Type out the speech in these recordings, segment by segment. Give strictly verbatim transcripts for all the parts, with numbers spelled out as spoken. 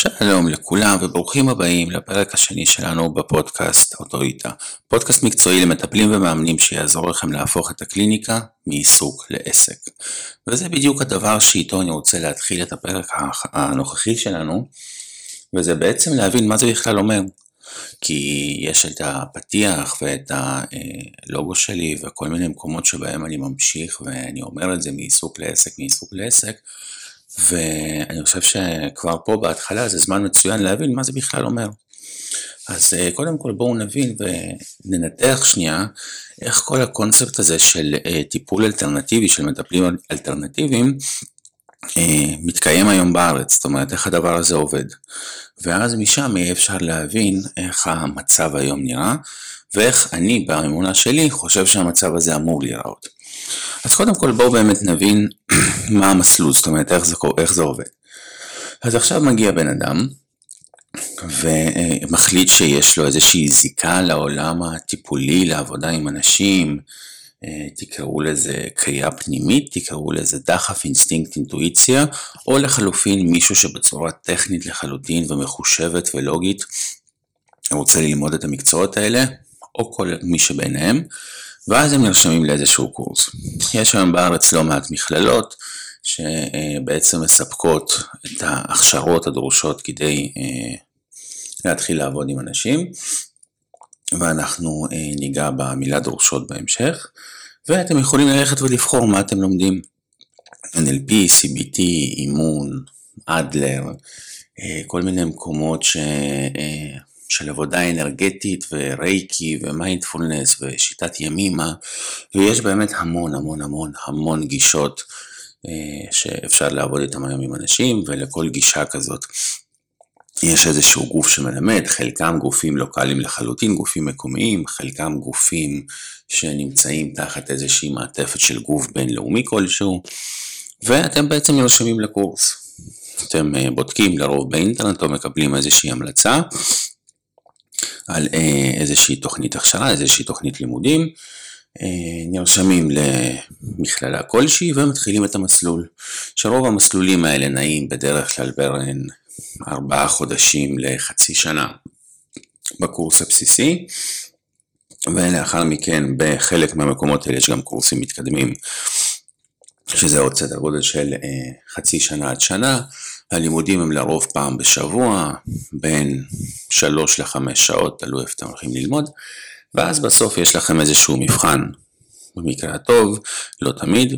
שלום לכולם וברוכים הבאים לפרק השני שלנו בפודקאסט אוטוריטה, פודקאסט מקצועי למטפלים ומאמנים שיעזור לכם להפוך את הקליניקה מעיסוק לעסק. וזה בדיוק הדבר שאיתו אני רוצה להתחיל את הפרק הנוכחי שלנו, וזה בעצם להבין מה זה בכלל אומר. כי יש את הפתיח ואת הלוגו שלי וכל מיני מקומות שבהם אני ממשיך ואני אומר את זה מעיסוק לעסק, מעיסוק לעסק, ואני חושב שכבר פה בהתחלה זה זמן מצוין להבין מה זה בכלל אומר. אז קודם כל בואו נבין וננתח שנייה איך כל הקונספט הזה של טיפול אלטרנטיבי, של מטפלים אלטרנטיביים, מתקיים היום בארץ, זאת אומרת איך הדבר הזה עובד. ואז משם יהיה אפשר להבין איך המצב היום נראה, ואיך אני באמונה שלי חושב שהמצב הזה אמור להיראות. אז קודם כל בואו באמת נבין מה המסלול, זאת אומרת איך זה, איך זה עובד. אז עכשיו מגיע בן אדם ומחליט שיש לו איזושהי זיקה לעולם הטיפולי, לעבודה עם אנשים, תקראו לזה קריאה פנימית, תקראו לזה דחף, אינסטינקט, אינטואיציה, או לחלופין מישהו שבצורה טכנית לחלוטין ומחושבת ולוגית רוצה ללמוד את המקצועות האלה, או כל מי שביניהם, ואז הם נרשמים לאיזשהו קורס. יש היום בארץ לא מעט מכללות שבעצם מספקות את ההכשרות הדרושות כדי להתחיל לעבוד עם אנשים, ואנחנו ניגע במילה דרושות בהמשך, ואתם יכולים ללכת ולבחור מה אתם לומדים. אן אל פי, סי בי טי, אימון, אדלר, כל מיני מקומות ש... של עבודה אנרגטית ורייקי ומיינדפולנס ושיטת ימימה, ויש באמת המון המון המון המון גישות שאפשר לעבוד איתם היום עם אנשים, ולכל גישה כזאת יש איזשהו גוף שמלמד, חלקם גופים לוקליים לחלוטין, גופים מקומיים, חלקם גופים שנמצאים תחת איזושהי מעטפת של גוף בינלאומי כלשהו, ואתם בעצם נרשמים לקורס. אתם בודקים לרוב באינטרנט או מקבלים איזושהי המלצה על איזושהי תוכנית הכשרה, איזושהי תוכנית לימודים, נרשמים למכללה כלשהי ומתחילים את המסלול. שרוב המסלולים האלה נעים בדרך כלל בין ארבעה חודשים לחצי שנה בקורס הבסיסי, ולאחר מכן בחלק מהמקומות האלה יש גם קורסים מתקדמים, שזה עוד סדר גודל של חצי שנה עד שנה. הלימודים הם לרוב פעם בשבוע, בין שלוש לחמש שעות, תלוי איפה אתם הולכים ללמוד, ואז בסוף יש לכם איזשהו מבחן, במקרה הטוב, לא תמיד,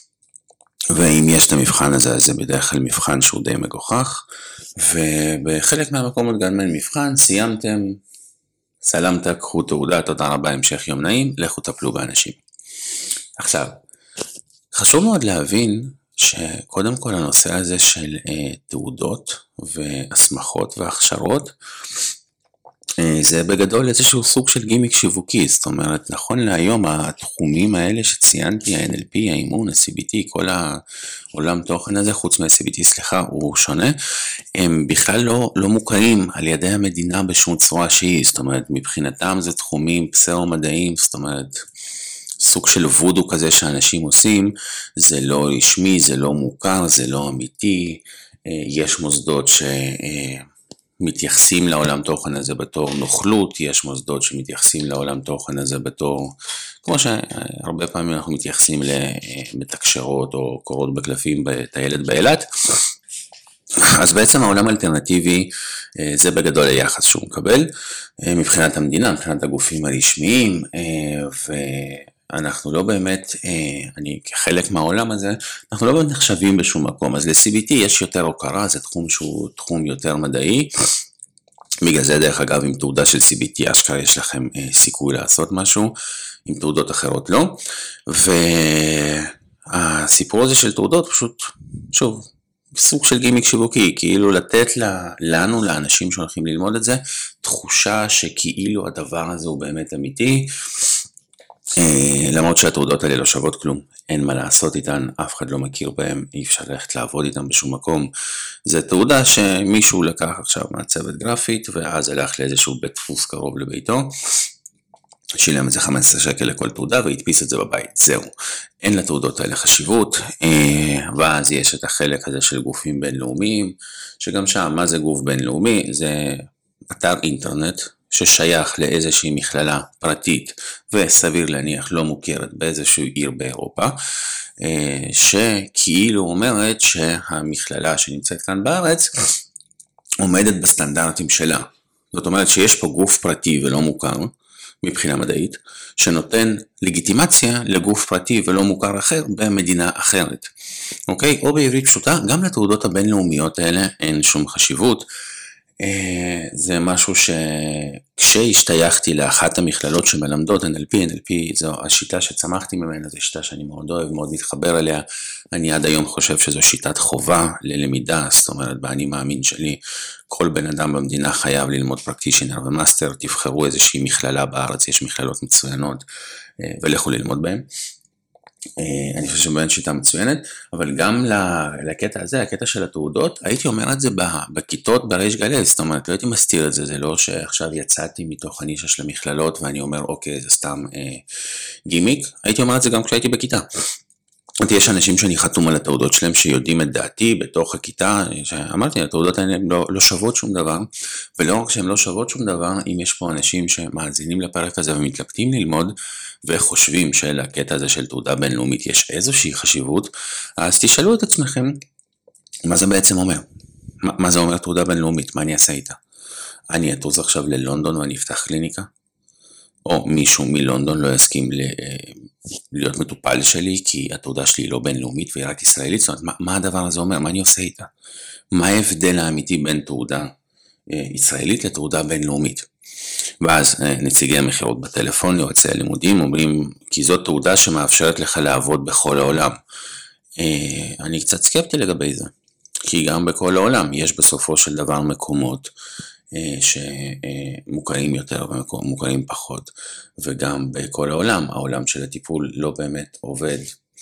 ואם יש את המבחן הזה, אז זה בדרך כלל מבחן שהוא די מגוחך, ובחלק מהמקומות גם אין מבחן, סיימתם, סלמת, קחו תעודה, תודה רבה, המשך יום נעים, לכו טפלו באנשים. עכשיו, חשוב מאוד להבין שקודם כל הנושא הזה של אה, תעודות והסמכות והכשרות, אה, זה בגדול איזשהו סוג של גימיק שיווקי. זאת אומרת, נכון להיום התחומים האלה שציינתי, ה-אן אל פי, האימון, ה-סי בי טי, כל העולם תוכן הזה, חוץ מה-סי בי טי, סליחה, הוא שונה, הם בכלל לא, לא מוכרים על ידי המדינה בשום צורה שהיא. זאת אומרת, מבחינתם זה תחומים פסאו-מדעיים, זאת אומרת, סוג של וודו כזה שאנשים עושים, זה לא רשמי, זה לא מוכר, זה לא אמיתי. יש מוסדות שמתייחסים לעולם תוכן הזה בתור נוכלות, יש מוסדות שמתייחסים לעולם תוכן הזה בתור, כמו שהרבה פעמים אנחנו מתייחסים למתקשרות או קורות בקלפים בטיילת באילת. אז בעצם העולם האלטרנטיבי זה בגדול היחס שהוא מקבל מבחינת המדינה, מבחינת הגופים הרשמיים, ו... אנחנו לא באמת, אני כחלק מהעולם הזה, אנחנו לא באמת נחשבים בשום מקום. אז ל-סי בי טי יש יותר הוקרה, זה תחום שהוא תחום יותר מדעי. בגלל זה דרך אגב עם תעודה של סי בי טי אשכרה יש לכם סיכוי לעשות משהו, עם תעודות אחרות לא. והסיפור הזה של תעודות פשוט, שוב, סוג של גימיק שיווקי, כאילו לתת לנו, לאנשים שהולכים ללמוד את זה, תחושה שכאילו הדבר הזה הוא באמת אמיתי, למרות שהתעודות האלה לא שוות כלום, אין מה לעשות איתן, אף אחד לא מכיר בהם, אי אפשר ללכת לעבוד איתן בשום מקום. זה תעודה שמישהו לקח עכשיו מהצוות גרפית, ואז הלך לאיזשהו בית דפוס קרוב לביתו, שילם איזה חמישה עשר שקל לכל תעודה והדפיס את זה בבית, זהו. אין לתעודות האלה חשיבות, ואז יש את החלק הזה של גופים בינלאומיים, שגם שם, מה זה גוף בינלאומי? זה אתר אינטרנט ששייך לאיזושהי מכללה פרטית, וסביר להניח לא מוכרת באיזושהי עיר באירופה, שכאילו אומרת שהמכללה שנמצאת כאן בארץ, עומדת בסטנדרטים שלה. זאת אומרת שיש פה גוף פרטי ולא מוכר, מבחינה מדעית, שנותן לגיטימציה לגוף פרטי ולא מוכר אחר במדינה אחרת. אוקיי? או בעברית פשוטה, גם לתעודות הבינלאומיות האלה אין שום חשיבות. זה משהו שכשהשתייכתי לאחת המכללות שמלמדות אן אל פי, אן אל פי זו השיטה שצמחתי ממנה, זו שיטה שאני מאוד אוהב, מאוד מתחבר אליה. אני עד היום חושב שזו שיטת חובה ללמידה, זאת אומרת, באני מאמין שלי, כל בן אדם במדינה חייב ללמוד פרקטישנר ומאסטר, תבחרו איזושהי מכללה בארץ, יש מכללות מצוינות, ולכו ללמוד בהן. אני חושב שבאמת שיטה מצוינת, אבל גם לקטע הזה, הקטע של התעודות, הייתי אומר את זה בכיתות בריש גלי, זאת אומרת, לא הייתי מסתיר את זה, זה לא שעכשיו יצאתי מתוך הנישה של המכללות, ואני אומר, אוקיי, זה סתם אה, גימיק, הייתי אומר את זה גם כשהייתי בכיתה. יש אנשים שאני חתום על התעודות שלהם שיודעים את דעתי בתוך הכיתה, שאמרתי, התעודות האלה לא, לא שוות שום דבר, ולא רק שהן לא שוות שום דבר, אם יש פה אנשים שמאזינים לפרק הזה ומתלבטים ללמוד, וחושבים שלקטע הזה של תעודה בינלאומית יש איזושהי חשיבות, אז תשאלו את עצמכם, מה זה בעצם אומר? מה, מה זה אומר תעודה בינלאומית? מה אני אעשה איתה? אני אטוס עכשיו ללונדון ואני אפתח קליניקה? או מישהו מלונדון לא יסכים ל... להיות מטופל שלי, כי התעודה שלי היא לא בינלאומית והיא רק ישראלית, זאת אומרת, מה, מה הדבר הזה אומר? מה אני עושה איתה? מה ההבדל האמיתי בין תעודה ישראלית לתעודה בינלאומית? ואז נציגי המחירות בטלפון, יועצי הלימודים, אומרים, כי זאת תעודה שמאפשרת לך לעבוד בכל העולם. אני קצת סקפטי לגבי זה, כי גם בכל העולם יש בסופו של דבר מקומות, שמוכרים יותר ומוכרים פחות, וגם בכל העולם, העולם של הטיפול לא באמת עובד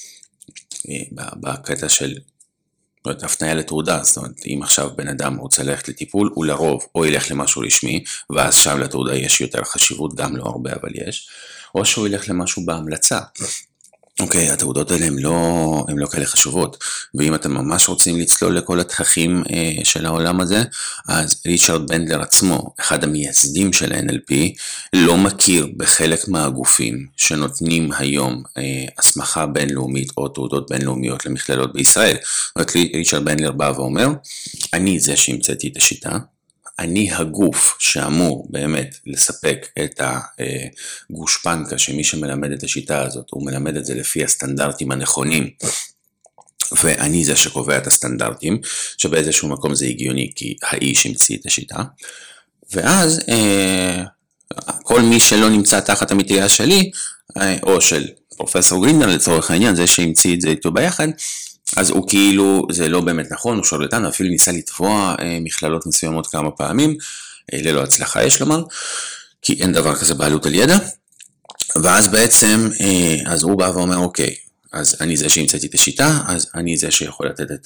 בקטע של הפניה לתעודה. זאת אומרת, אם עכשיו בן אדם רוצה ללכת לטיפול, הוא לרוב או ילך למשהו רשמי, ואז שם לתעודה יש יותר חשיבות, גם לא הרבה אבל יש, או שהוא ילך למשהו בהמלצה. אוקיי, okay, התעודות האלה הן לא, הן לא כאלה חשובות, ואם אתם ממש רוצים לצלול לכל התככים אה, של העולם הזה, אז ריצ'רד בנדלר עצמו, אחד המייסדים של ה-אן אל פי, לא מכיר בחלק מהגופים שנותנים היום אה, הסמכה בינלאומית או תעודות בינלאומיות למכללות בישראל. רק ריצ'רד בנדלר בא ואומר, אני זה שהמצאתי את השיטה, אני הגוף שאמור באמת לספק את הגושפנקה שמי שמלמד את השיטה הזאת, הוא מלמד את זה לפי הסטנדרטים הנכונים, ואני זה שקובע את הסטנדרטים, שבאיזשהו מקום זה הגיוני כי האיש המציא את השיטה, ואז כל מי שלא נמצא תחת המטריה שלי, או של פרופסור גרינדר לצורך העניין, זה שהמציא את זה איתו ביחד, אז הוא כאילו, זה לא באמת נכון, הוא שרלטן, אפילו ניסה לתבוע אה, מכללות מסוימות כמה פעמים, אה, ללא הצלחה יש לומר, כי אין דבר כזה בעלות על ידע, ואז בעצם, אה, אז הוא בא ואומר, אוקיי, אז אני זה שהמצאתי את השיטה, אז אני זה שיכול לתת את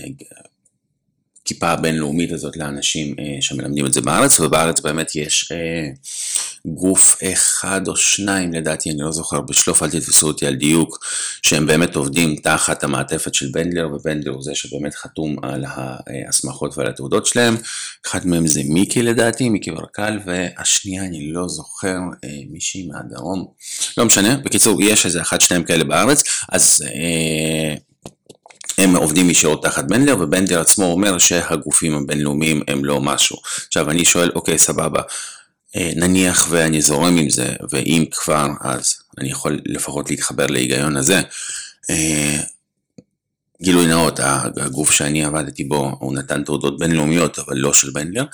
הכיפה הבינלאומית הזאת לאנשים אה, שמלמדים את זה בארץ, ובארץ באמת יש אה, גוף אחד או שניים, לדעתי, אני לא זוכר בשלוף, אל תתפסו אותי על דיוק, שהם באמת עובדים תחת המעטפת של בנדלר, ובנדלר הוא זה שבאמת חתום על ההסמכות ועל התעודות שלהם. אחד מהם זה מיקי לדעתי, מיקי ברקל, והשנייה אני לא זוכר, מישהי מהדרום, לא משנה, בקיצור, יש איזה אחד שניים כאלה בארץ, אז הם עובדים ישירות תחת בנדלר, ובנדלר עצמו אומר שהגופים הבינלאומיים הם לא משהו. עכשיו אני שואל, אוקיי, סבבה, נניח ואני זורם עם זה, ואם כבר, אז אני יכול לפחות להתחבר להיגיון הזה. גילוי נאות, הגוף שאני עבדתי בו, הוא נתן תעודות בינלאומיות, אבל לא של בנדלר.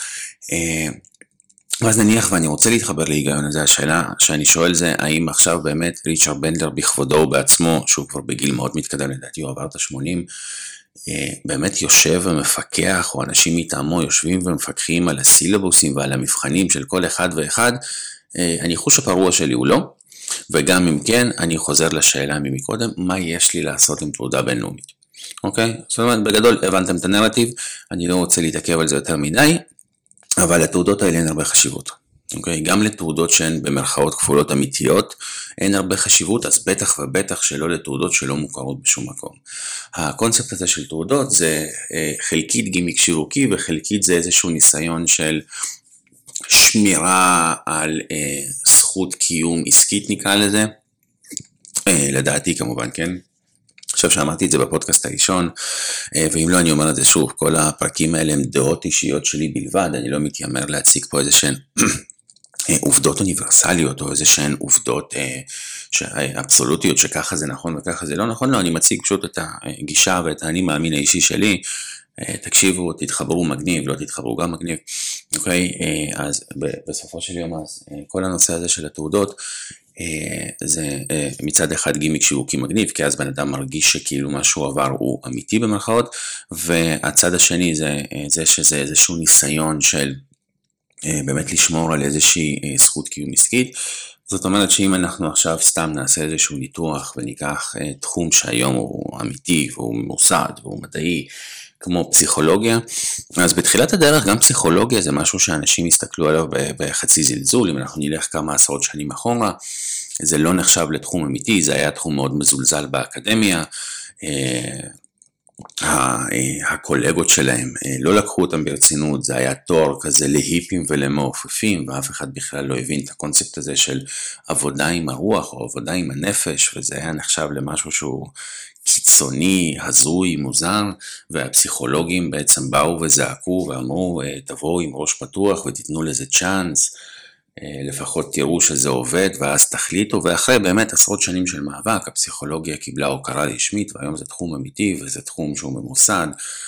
ואז נניח ואני רוצה להתחבר להיגיון הזה, השאלה שאני שואל זה, האם עכשיו באמת ריצ'רד בנדלר בכבודו בעצמו, שהוא כבר בגיל מאוד מתקדם, לדעתי הוא עבר את ה-שמונים, באמת יושב ומפקח, או אנשים מטעמו יושבים ומפקחים על הסילבוסים ועל המבחנים של כל אחד ואחד, אני חוש הפרוע שלי הוא לא, וגם אם כן, אני חוזר לשאלה ממקודם, מה יש לי לעשות עם תעודה בינלאומית? אוקיי? זאת אומרת, בגדול הבנתם את הנרטיב, אני לא רוצה להתעכב על זה יותר מדי, אבל התעודות האלה אין הרבה חשיבות. אוקיי? גם לתעודות שהן במרכאות כפולות אמיתיות, אין הרבה חשיבות, אז בטח ובטח שלא לתעודות שלא מוכרות בשום מקום. הקונספט הזה של תעודות זה חלקית גימיק שיווקי, וחלקית זה איזשהו ניסיון של שמירה על זכות קיום עסקית נקרא לזה, לדעתי כמובן, כן? עכשיו שאמרתי את זה בפודקאסט הראשון, ואם לא אני אומר את זה שוב, כל הפרקים האלה הם דעות אישיות שלי בלבד, אני לא מתיימר להציג פה איזה שהן עובדות אוניברסליות, או איזה שהן עובדות אבסולוטיות שככה זה נכון וככה זה לא נכון, לא, אני מציג פשוט את הגישה ואת האני מאמין האישי שלי, תקשיבו, תתחברו מגניב, לא תתחברו גם מגניב, אוקיי? אז בסופו של יום, אז כל הנושא הזה של התעודות, זה מצד אחד גימיק שיווקי מגניב, כי אז בן אדם מרגיש שכאילו משהו עבר הוא אמיתי במרכאות, והצד השני זה, זה שזה איזשהו ניסיון של באמת לשמור על איזושהי זכות קיום עסקית. זאת אומרת שאם אנחנו עכשיו סתם נעשה איזשהו ניתוח וניקח תחום שהיום הוא אמיתי והוא מוסד והוא מדעי, כמו פסיכולוגיה, אז בתחילת הדרך גם פסיכולוגיה זה משהו שאנשים יסתכלו עליו בחצי זלזול, אם אנחנו נלך כמה עשרות שנים אחורה, זה לא נחשב לתחום אמיתי, זה היה תחום מאוד מזולזל באקדמיה, הקולגות שלהם לא לקחו אותם ברצינות, זה היה תואר כזה להיפים ולמעופפים, ואף אחד בכלל לא הבין את הקונספט הזה של עבודה עם הרוח או עבודה עם הנפש, וזה היה נחשב למשהו שהוא קיצוני, הזוי, מוזר, והפסיכולוגים בעצם באו וזעקו ואמרו תבואו עם ראש פתוח ותיתנו לזה צ'אנס, לפחות תראו שזה עובד ואז תחליטו, ואחרי באמת עשרות שנים של מאבק הפסיכולוגיה קיבלה הוקרה רשמית, והיום זה תחום אמיתי וזה תחום שהוא ממוסד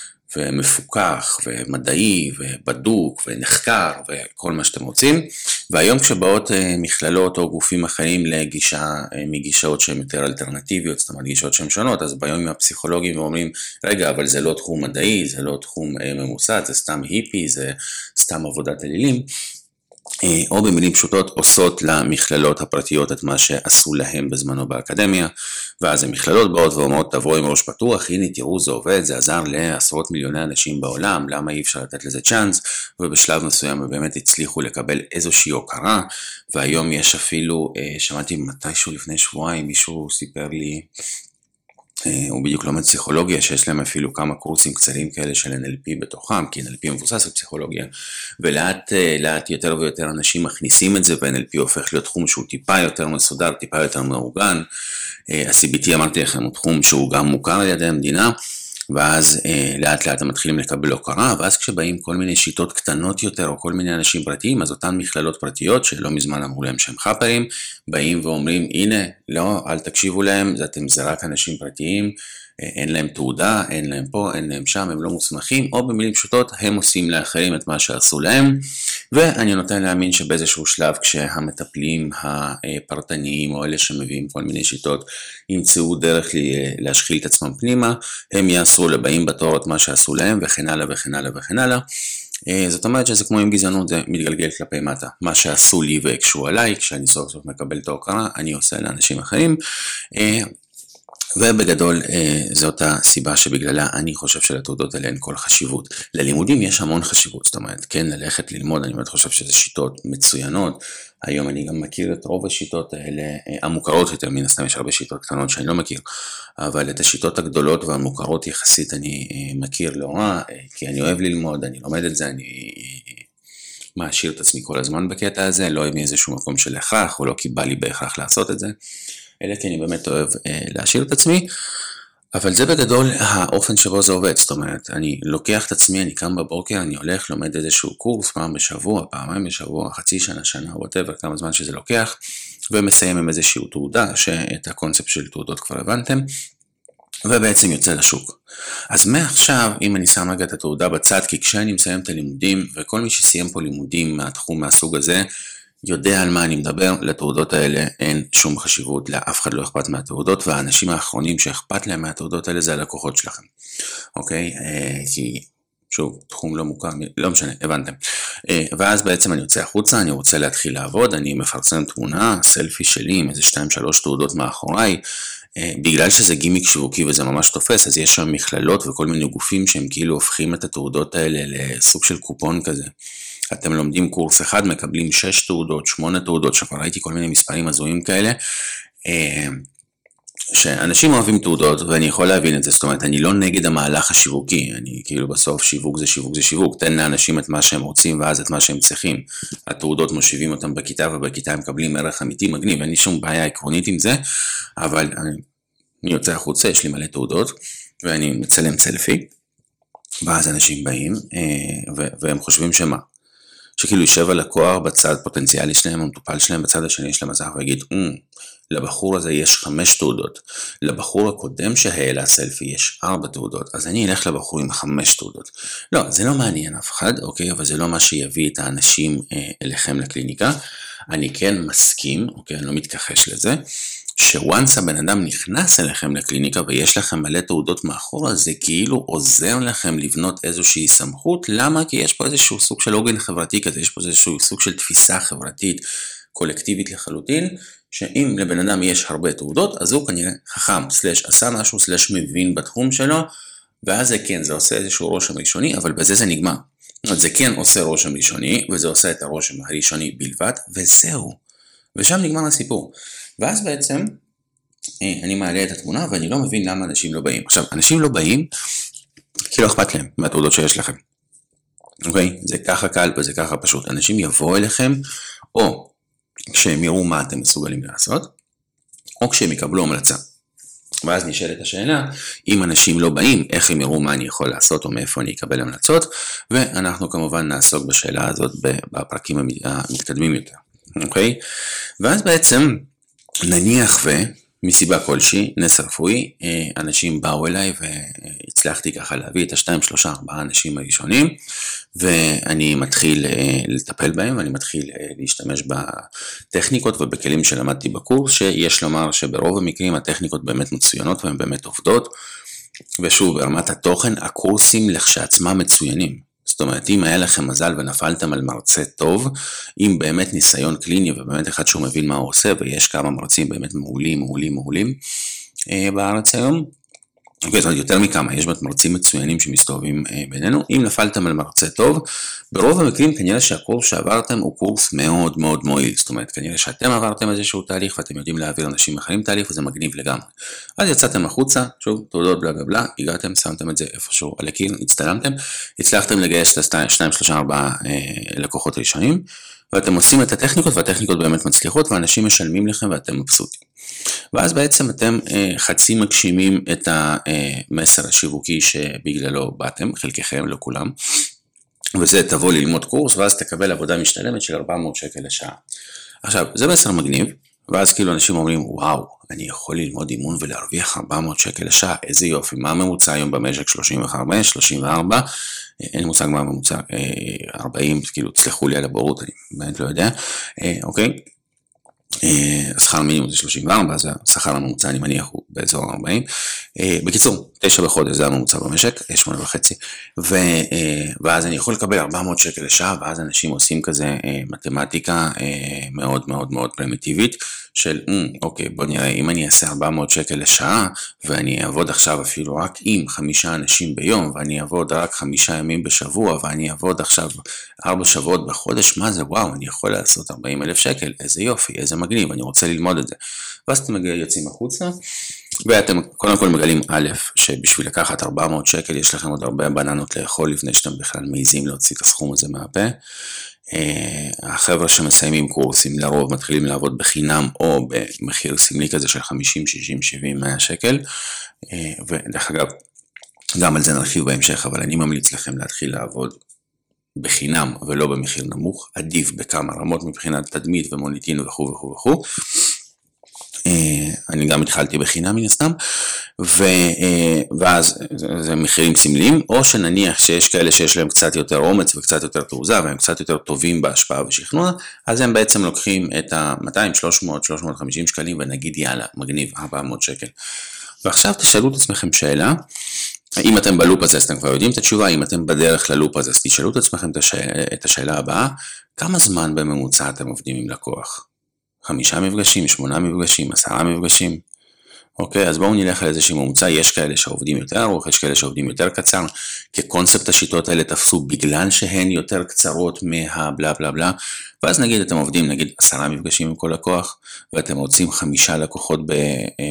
ומפוקח ומדעי ובדוק ונחקר וכל מה שאתם רוצים. והיום כשבאות מכללות או גופים אחרים לגישה מגישות שהן יותר אלטרנטיביות, זאת אומרת גישות שהן שונות, אז ביום עם הפסיכולוגים ואומרים רגע אבל זה לא תחום מדעי, זה לא תחום ממוסד, זה סתם היפי, זה סתם עבודת אלילים, או במילים פשוטות עושות למכללות הפרטיות את מה שעשו להם בזמנו באקדמיה, ואז המכללות באות ואומרות תבואו עם ראש פתוח, הנה תראו זה עובד, זה עזר לעשרות מיליוני אנשים בעולם, למה אי אפשר לתת לזה צ'אנס, ובשלב מסוים באמת הצליחו לקבל איזושהי הוקרה, והיום יש אפילו, שמעתי מתישהו לפני שבועיים, מישהו סיפר לי, הוא בדיוק לומד פסיכולוגיה, שיש להם אפילו כמה קורסים קצרים כאלה של אן אל פי בתוכם, כי אן אל פי מבוסס על פסיכולוגיה, ולאט לאט יותר ויותר אנשים מכניסים את זה, ו-אן אל פי הופך להיות תחום שהוא טיפה יותר מסודר, טיפה יותר מאורגן, ה-סי בי טי אמרתי לכם הוא תחום שהוא גם מוכר על ידי המדינה, ואז אה, לאט לאט הם מתחילים לקבל הוקרה, ואז כשבאים כל מיני שיטות קטנות יותר, או כל מיני אנשים פרטיים, אז אותן מכללות פרטיות, שלא מזמן אמרו להם שהם חפרים, באים ואומרים, הנה, לא, אל תקשיבו להם, זה, אתם, זה רק אנשים פרטיים, אה, אין להם תעודה, אין להם פה, אין להם שם, הם לא מוסמכים, או במילים פשוטות, הם עושים לאחרים את מה שעשו להם, ואני נותן להאמין שבאיזשהו שלב, כשהמטפלים הפרטניים, או אלה שמביאים כל מיני שיטות, ימצאו דרך להשחיל את עצמם פנימה, הם יעשו לבאים בתור את מה שעשו להם, וכן הלאה וכן הלאה וכן הלאה. זאת אומרת שזה כמו עם גזענות, זה מתגלגל כלפי מטה. מה שעשו לי והקשו עליי, כשאני סוף סוף מקבל את ההוקרה, אני עושה לאנשים אחרים, ובגדול זאת הסיבה שבגללה אני חושב שלתעודות האלה אין כל חשיבות. ללימודים יש המון חשיבות, זאת אומרת, כן, ללכת ללמוד, אני באמת חושב שזה שיטות מצוינות, היום אני גם מכיר את רוב השיטות האלה, המוכרות יותר, מן הסתם יש הרבה שיטות קטנות שאני לא מכיר, אבל את השיטות הגדולות והמוכרות יחסית אני מכיר לא רע, כי אני אוהב ללמוד, אני לומד את זה, אני מעשיר את עצמי כל הזמן בקטע הזה, לא מאיזשהו מקום של הכרח, או לא כי בא לי בהכרח לעשות את זה, אלא כי אני באמת אוהב אה, להשאיר את עצמי, אבל זה בגדול האופן שבו זה עובד, זאת אומרת, אני לוקח את עצמי, אני קם בבוקר, אני הולך, לומד איזשהו קורס, פעם בשבוע, פעמיים בשבוע, חצי שנה, שנה, whatever, כמה זמן שזה לוקח, ומסיים עם איזשהו תעודה, שאת הקונספט של תעודות כבר הבנתם, ובעצם יוצא לשוק. אז מעכשיו, אם אני שם רגע את התעודה בצד, כי כשאני מסיים את הלימודים, וכל מי שסיים פה לימודים מהתחום מהסוג הזה, יודע על מה אני מדבר, לתעודות האלה אין שום חשיבות, לאף אחד לא אכפת מהתעודות, והאנשים האחרונים שאכפת להם מהתעודות האלה זה הלקוחות שלכם, אוקיי? כי שוב, תחום לא מוכר, לא משנה, הבנתם. ואז בעצם אני יוצא החוצה, אני רוצה להתחיל לעבוד, אני מפרסם תמונה, סלפי שלי עם איזה שתיים שלוש תעודות מאחוריי, בגלל שזה גימיק שיווקי וזה ממש תופס, אז יש שם מכללות וכל מיני גופים שהם כאילו הופכים את התעודות האלה לסוג של קופון כזה. אתם לומדים קורס אחד, מקבלים שש תעודות, שמונה תעודות, שכבר ראיתי כל מיני מספרים הזויים כאלה, שאנשים אוהבים תעודות, ואני יכול להבין את זה, זאת אומרת, אני לא נגד המהלך השיווקי, אני כאילו בסוף שיווק זה שיווק זה שיווק, תן לאנשים את מה שהם רוצים, ואז את מה שהם צריכים. התעודות מושיבים אותם בכיתה, ובכיתה הם מקבלים ערך אמיתי מגניב, אין לי שום בעיה עקרונית עם זה, אבל אני, אני יוצא החוצה, יש לי מלא תעודות, ואני מצלם סלפי, ואז אנשים באים, והם חושבים שמה? שכאילו יושב הלקוח בצד פוטנציאלי שלהם, המטופל שלהם בצד השני של המסך, ויגיד, לבחור הזה יש חמש תעודות, לבחור הקודם שהעלה סלפי יש ארבע תעודות, אז אני אלך לבחור עם חמש תעודות. לא, זה לא מעניין אף אחד, אוקיי, אבל זה לא מה שיביא את האנשים אה, אליכם לקליניקה. אני כן מסכים, אוקיי, אני לא מתכחש לזה, שוואנס הבן אדם נכנס אליכם לקליניקה ויש לכם מלא תעודות מאחורה, זה כאילו עוזר לכם לבנות איזושהי סמכות. למה? כי יש פה איזשהו סוג של עוגן חברתי כזה, יש פה איזשהו סוג של תפיסה חברתית קולקטיבית לחלוטין, שאם לבן אדם יש הרבה תעודות, אז הוא כנראה חכם, סלש עשה משהו, סלש מבין בתחום שלו, ואז זה כן, זה עושה איזשהו רושם ראשוני, אבל בזה זה נגמר. זה כן עושה רושם ראשוני, וזה עושה את הרושם הראשוני בלבד, וזהו. ושם נגמר הסיפור. ואז בעצם, אני מעלה את התמונה, ואני לא מבין למה אנשים לא באים. עכשיו, אנשים לא באים, כי לא אכפת להם מהתעודות שיש לכם. אוקיי? זה ככה קל וזה ככה פשוט. אנשים יבואו אליכם, או כשהם יראו מה אתם מסוגלים לעשות, או כשהם יקבלו המלצה. ואז נשאלת השאלה, אם אנשים לא באים, איך הם יראו מה אני יכול לעשות, או מאיפה אני אקבל המלצות, ואנחנו כמובן נעסוק בשאלה הזאת בפרקים המתקדמים יותר. אוקיי? ואז בעצם, נניח ו... מסיבה כלשהי, נס רפואי, אנשים באו אליי והצלחתי ככה להביא את השתיים, שלושה, ארבעה אנשים הראשונים, ואני מתחיל לטפל בהם, ואני מתחיל להשתמש בטכניקות ובכלים שלמדתי בקורס, שיש לומר שברוב המקרים הטכניקות באמת מצוינות והן באמת עובדות, ושוב, ברמת התוכן, הקורסים לכשעצמם מצוינים. זאת אומרת, אם היה לכם מזל ונפלתם על מרצה טוב, עם באמת ניסיון קליני ובאמת אחד שהוא מבין מה הוא עושה, ויש כמה מרצים באמת מעולים, מעולים, מעולים אה, בארץ היום, אוקיי, זאת אומרת, יותר מכמה, יש באמת מרצים מצוינים שמסתובבים אה, בינינו. אם נפלתם על מרצה טוב, ברוב המקרים כנראה שהקורס שעברתם הוא קורס מאוד מאוד מועיל, זאת אומרת, כנראה שאתם עברתם איזשהו תהליך, ואתם יודעים להעביר אנשים אחרים תהליך, וזה מגניב לגמרי. אז יצאתם החוצה, שוב, תעודות בלה בלה בלה, הגעתם, שמתם את זה איפשהו על הקיר, הצטלמתם, הצלחתם לגייס את השתיים, שלושה, ארבעה אה, לקוחות ראשונים, ואתם עושים את הטכניקות, והטכניקות באמת מצליחות, ואנשים משלמים לכם ואתם מבסוטים. ואז בעצם אתם אה, חצי מגשימים את המסר השיווקי שבגללו באתם, חלקכם, לא כולם, וזה תבוא ללמוד קורס, ואז תקבל עבודה משתלמת של ארבע מאות שקל לשעה. עכשיו, זה מסר מגניב, ואז כאילו אנשים אומרים, וואו, אני יכול ללמוד אימון ולהרוויח ארבע מאות שקל לשעה, איזה יופי, מה הממוצע היום במשק? שלושים וחמש, שלושים וארבע, אין לי מושג מה הממוצע, ארבעים, כאילו, תסלחו לי על הבורות, אני באמת לא יודע, אוקיי? השכר מינימום זה שלושים וארבע, אז השכר הממוצע אני מניח הוא באזור ארבעים. בקיצור, תשע בחודש זה הממוצע במשק, שמונה וחצי, ואז אני יכול לקבל ארבע מאות שקל לשעה, ואז אנשים עושים כזה מתמטיקה מאוד מאוד מאוד פרימיטיבית, של אוקיי, בוא נראה, אם אני אעשה ארבע מאות שקל לשעה, ואני אעבוד עכשיו אפילו רק עם חמישה אנשים ביום, ואני אעבוד רק חמישה ימים בשבוע, ואני אעבוד עכשיו ארבע שבועות בחודש, מה זה? וואו, אני יכול לעשות ארבעים אלף שקל, איזה יופי, איזה מגניב, אני רוצה ללמוד את זה. ואז אתם יוצאים החוצה, ואתם קודם כל מגלים א', שבשביל לקחת ארבע מאות שקל, יש לכם עוד הרבה בננות לאכול, לפני שאתם בכלל מעיזים להוציא את הסכום הזה מהפה. החבר'ה שמסיימים קורסים לרוב מתחילים לעבוד בחינם, או במחיר סמלי כזה של חמישים, שישים, שבעים, מאה שקל, ודרך אגב, גם על זה נרחיב בהמשך, אבל אני ממליץ לכם להתחיל לעבוד בחינם ולא במחיר נמוך, עדיף בכמה רמות מבחינת תדמית ומוניטין וכו' וכו' וכו'. אני גם התחלתי בחינם מן הסתם, ואז זה מחירים סמליים, או שנניח שיש כאלה שיש להם קצת יותר אומץ וקצת יותר תעוזה, והם קצת יותר טובים בהשפעה ושכנוע, אז הם בעצם לוקחים את ה-מאתיים, שלוש מאות, שלוש מאות וחמישים שקלים, ונגיד יאללה, מגניב, ארבע מאות שקל. ועכשיו תשאלו את עצמכם שאלה, אם אתם בלופ הזה, אז אתם כבר יודעים את התשובה, אם אתם בדרך ללופ הזה, אז תשאלו את עצמכם את השאלה הבאה, כמה זמן בממוצע אתם עובדים עם לקוח? חמישה מפגשים, שמונה מפגשים, עשרה מפגשים, אוקיי, אז בואו נלך על איזושהי ממוצע, יש כאלה שעובדים יותר ארוך, יש כאלה שעובדים יותר קצר, כקונספט השיטות האלה תפסו בגלל שהן יותר קצרות מהבלה בלה בלה, ואז נגיד אתם עובדים נגיד עשרה מפגשים עם כל לקוח, ואתם רוצים חמישה לקוחות ב...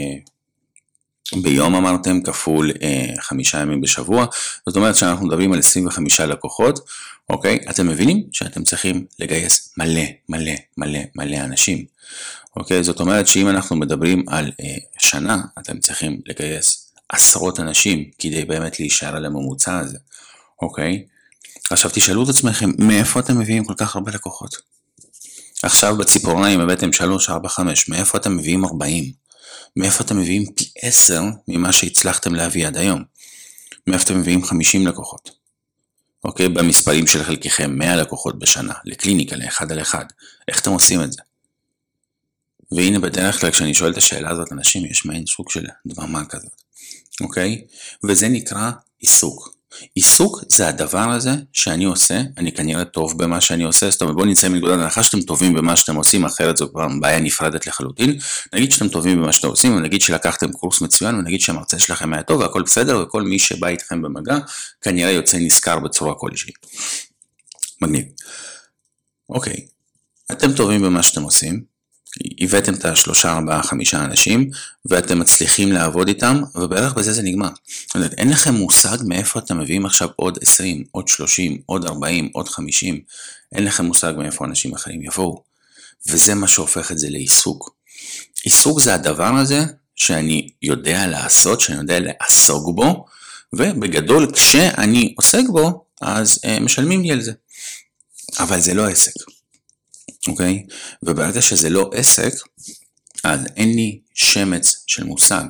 ביום אמרתם, כפול אה, חמישה ימים בשבוע, זאת אומרת שאנחנו מדברים על עשרים וחמישה לקוחות, אוקיי? אתם מבינים שאתם צריכים לגייס מלא, מלא, מלא, מלא אנשים, אוקיי? זאת אומרת שאם אנחנו מדברים על אה, שנה, אתם צריכים לגייס עשרות אנשים, כדי באמת להישאר על הממוצע הזה, אוקיי? עכשיו תשאלו את עצמכם, מאיפה אתם מביאים כל כך הרבה לקוחות? עכשיו בציפורניים הבאתם שלוש, ארבע, חמש, מאיפה אתם מביאים ארבעים? מאיפה אתם מביאים פי עשר ממה שהצלחתם להביא עד היום? מאיפה אתם מביאים חמישים לקוחות? אוקיי, במספרים של חלקכם מאה לקוחות בשנה, לקליניקה, לאחד על אחד. איך אתם עושים את זה? והנה בדרך כלל כשאני שואל את השאלה הזאת, אנשים יש מעין סוג של דממה כזאת. אוקיי? וזה נקרא עיסוק. עיסוק זה הדבר הזה שאני עושה, אני כנראה טוב במה שאני עושה, זאת אומרת בואו נצא מנקודת הנחה שאתם טובים במה שאתם עושים, אחרת זו כבר בעיה נפרדת לחלוטין, נגיד שאתם טובים במה שאתם עושים, ונגיד שלקחתם קורס מצוין, ונגיד שהמרצה שלכם היה טוב, והכל בסדר, וכל מי שבא איתכם במגע, כנראה יוצא נזכר בצורה כלשהי. מגניב. אוקיי, אתם טובים במה שאתם עושים, הבאתם את השלושה, ארבעה, חמישה אנשים, ואתם מצליחים לעבוד איתם, ובערך בזה זה נגמר. אין לכם מושג מאיפה אתם מביאים עכשיו עוד עשרים, עוד שלושים, עוד ארבעים, עוד חמישים, אין לכם מושג מאיפה אנשים אחרים יבואו. וזה מה שהופך את זה לעיסוק. עיסוק זה הדבר הזה שאני יודע לעשות, שאני יודע לעסוק בו, ובגדול כשאני עוסק בו, אז אה, משלמים לי על זה. אבל זה לא עסק. אוקיי? וברגע שזה לא עסק, אז אין לי שמץ של מושג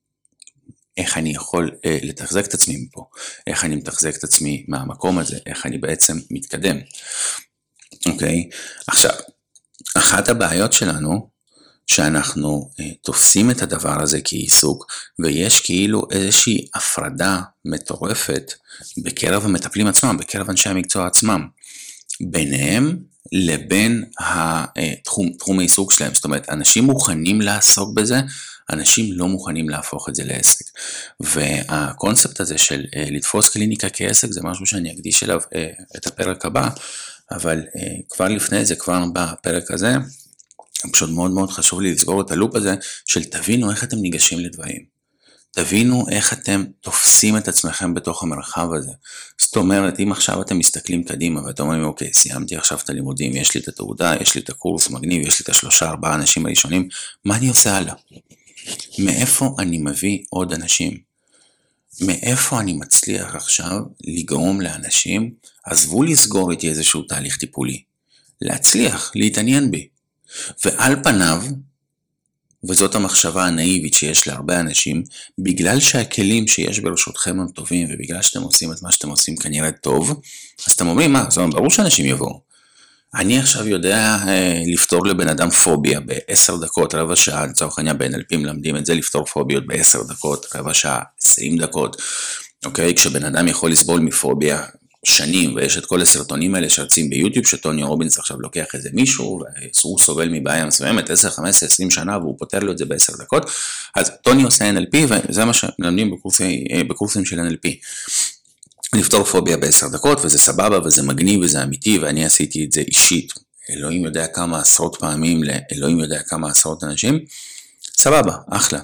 איך אני יכול אה, לתחזק את עצמי מפה, איך אני מתחזק את עצמי מהמקום הזה, איך אני בעצם מתקדם. אוקיי? עכשיו, אחת הבעיות שלנו, שאנחנו אה, תופסים את הדבר הזה כעיסוק, ויש כאילו איזושהי הפרדה מטורפת בקרב המטפלים עצמם, בקרב אנשי המקצוע עצמם, ביניהם, לבין התחום, תחום העיסוק שלהם. זאת אומרת, אנשים מוכנים לעסוק בזה, אנשים לא מוכנים להפוך את זה לעסק. והקונספט הזה של לתפוס קליניקה כעסק, זה משהו שאני אקדיש אליו את הפרק הבא, אבל כבר לפני זה, כבר בפרק הזה, פשוט מאוד מאוד חשוב לי לסגור את הלופ הזה, של תבינו איך אתם ניגשים לדברים. תבינו איך אתם תופסים את עצמכם בתוך המרחב הזה. זאת אומרת, אם עכשיו אתם מסתכלים קדימה ואתם אומרים, אוקיי, סיימתי עכשיו את הלימודים, יש לי את התעודה, יש לי את הקורס מגניב, יש לי את השלושה, ארבעה אנשים הראשונים, מה אני עושה הלאה? מאיפה אני מביא עוד אנשים? מאיפה אני מצליח עכשיו לגרום לאנשים, עזבו לסגור איתי איזשהו תהליך טיפולי, להצליח, להתעניין בי. ועל פניו, וזאת המחשבה הנאיבית שיש להרבה אנשים, בגלל שהכלים שיש ברשותכם הם טובים, ובגלל שאתם עושים את מה שאתם עושים כנראה טוב, אז אתם אומרים, מה, זאת אומרת, ברור שאנשים יבואו. אני עכשיו יודע אה, לפתור לבן אדם פוביה בעשר דקות, רבע שעה, לצורך העניין ב-אן אל פי מלמדים את זה, לפתור פוביות בעשר דקות, רבע שעה, עשרים דקות, אוקיי? כשבן אדם יכול לסבול מפוביה שנים, ויש את כל הסרטונים האלה שרצים ביוטיוב, שטוני רובינס עכשיו לוקח איזה מישהו, והוא סובל מבעיה מסוימת, עשר, חמש עשרה, עשרים שנה, והוא פותר לו את זה בעשר דקות, אז טוני עושה אן אל פי, וזה מה שמלמדים בקורסים, בקורסים של אן אל פי. לפתור פוביה בעשר דקות, וזה סבבה, וזה מגניב, וזה אמיתי, ואני עשיתי את זה אישית. אלוהים יודע כמה עשרות פעמים, לאלוהים יודע כמה עשרות אנשים, סבבה, אחלה.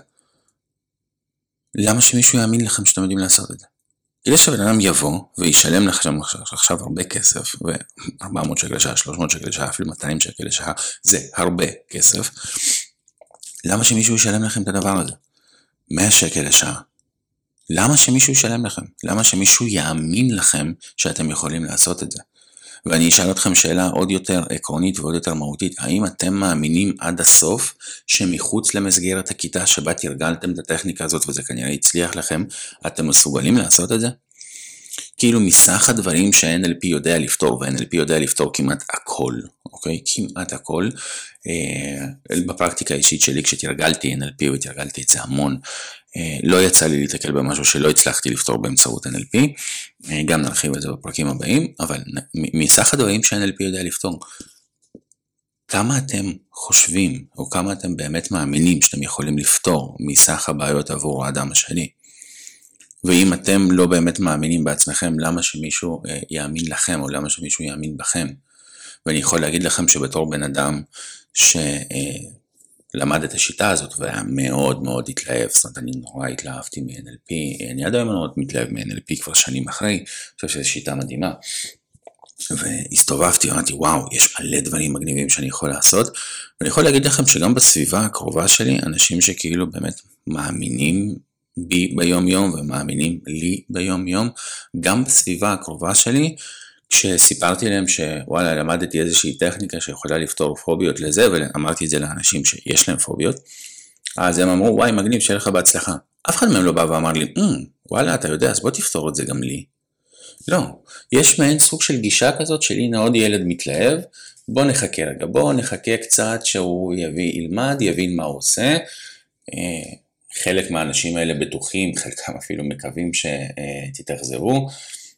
למה שמישהו יאמין לכם שאתם יודעים לעשות את זה? כדי שבן אדם יבוא וישלם לך עכשיו הרבה כסף, ו-ארבע מאות שקל לשעה, שלוש מאות שקל לשעה, אפילו מאתיים שקל לשעה, זה הרבה כסף. למה שמישהו ישלם לכם את הדבר הזה? מאה שקל לשעה. למה שמישהו ישלם לכם? למה שמישהו יאמין לכם שאתם יכולים לעשות את זה? ואני אשאל אתכם שאלה עוד יותר עקרונית ועוד יותר מהותית, האם אתם מאמינים עד הסוף שמחוץ למסגרת הכיתה שבה תרגלתם את הטכניקה הזאת וזה כנראה הצליח לכם, אתם מסוגלים לעשות את זה? כאילו מסך הדברים שה-אן אל פי יודע לפתור, וה-אן אל פי יודע לפתור כמעט הכל, אוקיי? כמעט הכל. אה, בפרקטיקה האישית שלי כשתרגלתי אן אל פי ותרגלתי את זה המון, אה, לא יצא לי להתקל במשהו שלא הצלחתי לפתור באמצעות אן אל פי, אה, גם נרחיב את זה בפרקים הבאים, אבל מסך הדברים שה-אן אל פי יודע לפתור. ת, כמה אתם חושבים, או כמה אתם באמת מאמינים שאתם יכולים לפתור מסך הבעיות עבור האדם השני. ואם אתם לא באמת מאמינים בעצמכם, למה שמישהו יאמין לכם, או למה שמישהו יאמין בכם? ואני יכול להגיד לכם שבתור בן אדם שלמד את השיטה הזאת, והיה מאוד מאוד התלהב, זאת אומרת, אני נורא התלהבתי מ-אן אל פי, אני עד היום מאוד מתלהב מ-אן אל פי כבר שנים אחרי, אני חושב שזו שיטה מדהימה. והסתובבתי, אמרתי, וואו, יש מלא דברים מגניבים שאני יכול לעשות, ואני יכול להגיד לכם שגם בסביבה הקרובה שלי, אנשים שכאילו באמת מאמינים בי ביום יום, ומאמינים לי ביום יום, גם בסביבה הקרובה שלי, כשסיפרתי להם שוואלה, למדתי איזושהי טכניקה שיכולה לפתור פוביות לזה, ואמרתי את זה לאנשים שיש להם פוביות, אז הם אמרו, וואי, מגניב, שיהיה לך בהצלחה. אף אחד מהם לא בא ואמר לי, וואלה, אתה יודע, אז בוא תפתור את זה גם לי. לא, יש מעין סוג של גישה כזאת של הנה עוד ילד מתלהב, בוא נחכה רגע, בוא נחכה קצת שהוא יביא, ילמד, יבין מה הוא עושה. חלק מהאנשים האלה בטוחים, חלקם אפילו מקווים שתתאכזבו,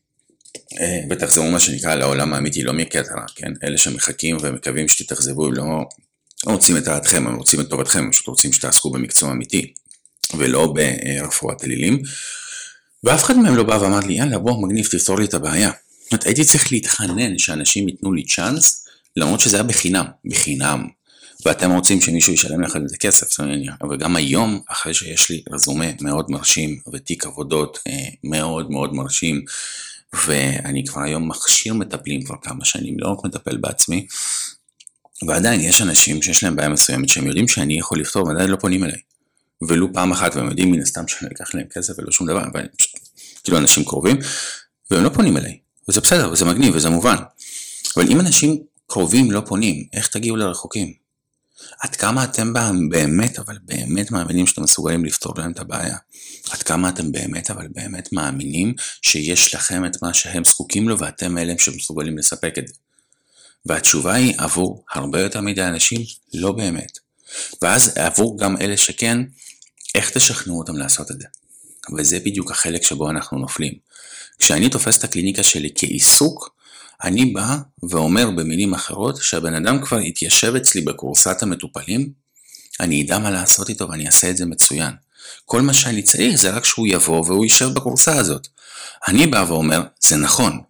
ותחזרו מה שנקרא לעולם האמיתי, לא מקטרה, כן? אלה שמחכים ומקווים שתתאכזבו, הם לא רוצים את דעתכם, הם רוצים את טובתכם, הם פשוט רוצים שתעסקו במקצוע אמיתי, ולא ברפואת אלילים. ואף אחד מהם לא בא ואמר לי, יאללה, בוא, מגניב, תפתור לי את הבעיה. הייתי צריך להתחנן שאנשים ייתנו לי צ'אנס, למרות שזה היה בחינם, בחינם. ואתם רוצים שמישהו ישלם לכם את זה כסף, וגם היום, אחרי שיש לי רזומה מאוד מרשים, ותיק עבודות מאוד מאוד מרשים, ואני כבר היום מכשיר מטפלים כבר כמה שנים, לא רק מטפל בעצמי, ועדיין יש אנשים שיש להם בעיה מסוימת, שהם יודעים שאני יכול לפתור, ועדיין לא פונים אליי. ולו פעם אחת, והם יודעים מן הסתם שאני אקח להם כסף ולא שום דבר, אבל כאילו אנשים קרובים, והם לא פונים אליי, וזה בסדר, וזה מגניב, וזה מובן. אבל אם אנשים קרובים לא פונים, איך תגיעו לרחוקים? עד כמה אתם באמת, אבל באמת מאמינים שאתם מסוגלים לפתור להם את הבעיה? עד כמה אתם באמת, אבל באמת מאמינים שיש לכם את מה שהם זקוקים לו, ואתם אלה שמסוגלים לספק את זה? והתשובה היא, עבור הרבה יותר מדי אנשים, לא באמת. ואז עבור גם אלה שכן, איך תשכנעו אותם לעשות את זה? וזה בדיוק החלק שבו אנחנו נופלים. כשאני תופס את הקליניקה שלי כעיסוק, אני בא ואומר במילים אחרות, שהבן אדם כבר התיישב אצלי בקורסת המטופלים, אני אדע מה לעשות איתו ואני אעשה את זה מצוין. כל מה שאני צריך זה רק שהוא יבוא והוא יישב בקורסה הזאת. אני בא ואומר, זה נכון.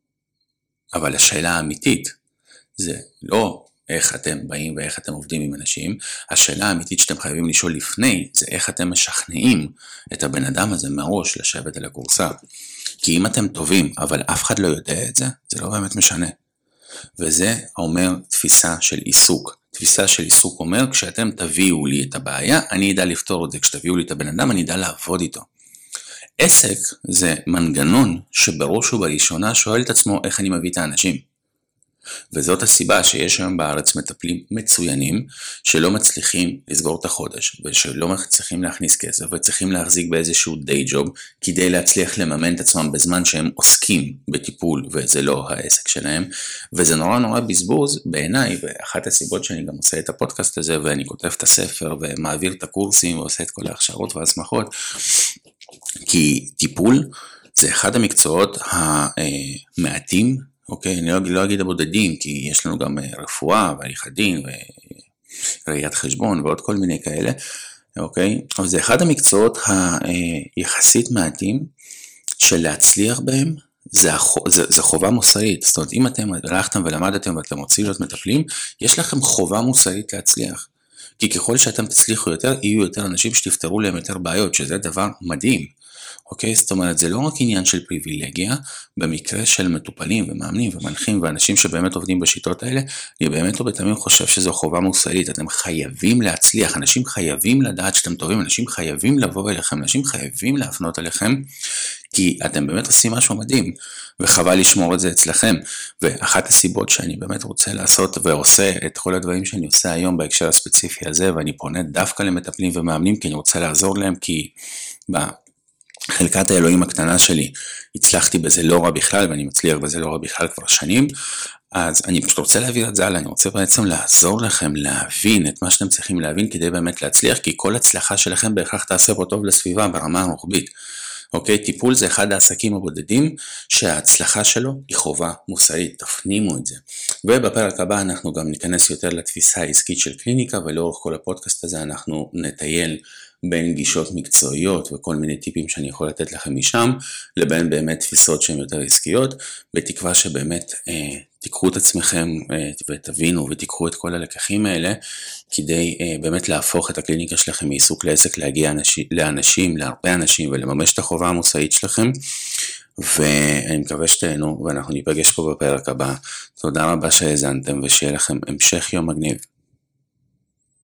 אבל השאלה האמיתית, זה לא איך אתם באים ואיך אתם עובדים עם אנשים, השאלה האמיתית שאתם חייבים לשאול לפני, זה איך אתם משכנעים את הבן אדם הזה מראש לשבת על הקורסה. כי אם אתם טובים, אבל אף אחד לא יודע את זה, זה לא באמת משנה. וזה אומר תפיסה של עיסוק. תפיסה של עיסוק אומר, כשאתם תביאו לי את הבעיה, אני אדע לפתור את זה. כשתביאו לי את הבן אדם, אני אדע לעבוד איתו. עסק זה מנגנון שבראש ובראשונה שואל את עצמו איך אני מביא את האנשים. וזאת הסיבה שיש היום בארץ מטפלים מצוינים שלא מצליחים לסגור את החודש ושלא מצליחים להכניס כסף וצריכים להחזיק באיזשהו די ג'וב כדי להצליח לממן את עצמם בזמן שהם עוסקים בטיפול וזה לא העסק שלהם, וזה נורא נורא בזבוז בעיניי, ואחת הסיבות שאני גם עושה את הפודקאסט הזה ואני כותב את הספר ומעביר את הקורסים ועושה את כל ההכשרות וההסמכות, כי טיפול זה אחד המקצועות המעטים, אוקיי, אני לא, לא אגיד הבודדים, כי יש לנו גם רפואה ועריכת דין וראיית חשבון ועוד כל מיני כאלה, אוקיי? אבל זה אחד המקצועות היחסית מעטים של להצליח בהם, זה, זה, זה חובה מוסרית. זאת אומרת, אם אתם הלכתם ולמדתם ואתם רוצים להיות מטפלים, יש לכם חובה מוסרית להצליח. כי ככל שאתם תצליחו יותר, יהיו יותר אנשים שתפתרו להם יותר בעיות, שזה דבר מדהים. אוקיי, זאת אומרת, זה לא רק עניין של פריבילגיה, במקרה של מטופלים ומאמנים ומנחים ואנשים שבאמת עובדים בשיטות האלה, אני באמת ובתמים חושב שזו חובה מוסרית, אתם חייבים להצליח, אנשים חייבים לדעת שאתם טובים, אנשים חייבים לבוא אליכם, אנשים חייבים להפנות אליכם, כי אתם באמת עושים משהו מדהים, וחבל לשמור את זה אצלכם, ואחת הסיבות שאני באמת רוצה לעשות ועושה את כל הדברים שאני עושה היום בהקשר הספציפי הזה, ואני פונה דווקא למטפלים ומאמנים, כי אני רוצה לעזור להם, כי בחלקת האלוהים הקטנה שלי הצלחתי בזה לא רע בכלל, ואני מצליח בזה לא רע בכלל כבר שנים, אז אני פשוט רוצה להעביר את זה הלאה, אני רוצה בעצם לעזור לכם להבין את מה שאתם צריכים להבין כדי באמת להצליח, כי כל הצלחה שלכם בהכרח תעשה פה טוב לסביבה ברמה הרוחבית. אוקיי? טיפול זה אחד העסקים הבודדים שההצלחה שלו היא חובה מוסרית, תפנימו את זה. ובפרק הבא אנחנו גם ניכנס יותר לתפיסה העסקית של קליניקה, ולאורך כל הפודקאסט הזה אנחנו נטייל בין גישות מקצועיות וכל מיני טיפים שאני יכול לתת לכם משם, לבין באמת תפיסות שהן יותר עסקיות, בתקווה שבאמת אה, תיקחו את עצמכם אה, ותבינו ותיקחו את כל הלקחים האלה, כדי אה, באמת להפוך את הקליניקה שלכם מעיסוק לעסק, להגיע אנשים, לאנשים, להרבה אנשים ולממש את החובה המוסרית שלכם, ואני מקווה שתהנו ואנחנו ניפגש פה בפרק הבא. תודה רבה שהאזנתם ושיהיה לכם המשך יום מגניב.